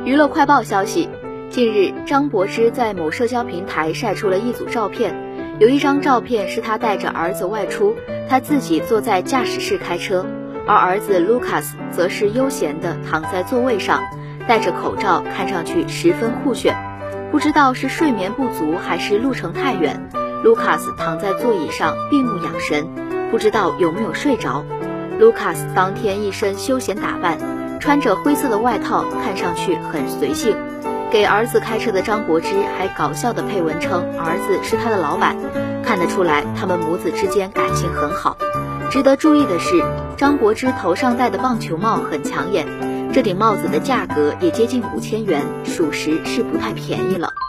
娱乐快报消息，近日张柏芝在某社交平台晒出了一组照片，有一张照片是她带着儿子外出，她自己坐在驾驶室开车，而儿子 Lucas 则是悠闲地躺在座位上，戴着口罩，看上去十分酷炫。不知道是睡眠不足还是路程太远， Lucas 躺在座椅上闭目养神，不知道有没有睡着。 Lucas 当天一身休闲打扮，穿着灰色的外套，看上去很随性。给儿子开车的张柏芝还搞笑的配文称儿子是他的老板，看得出来他们母子之间感情很好。值得注意的是，张柏芝头上戴的棒球帽很抢眼，这顶帽子的价格也接近5000元，属实是不太便宜了。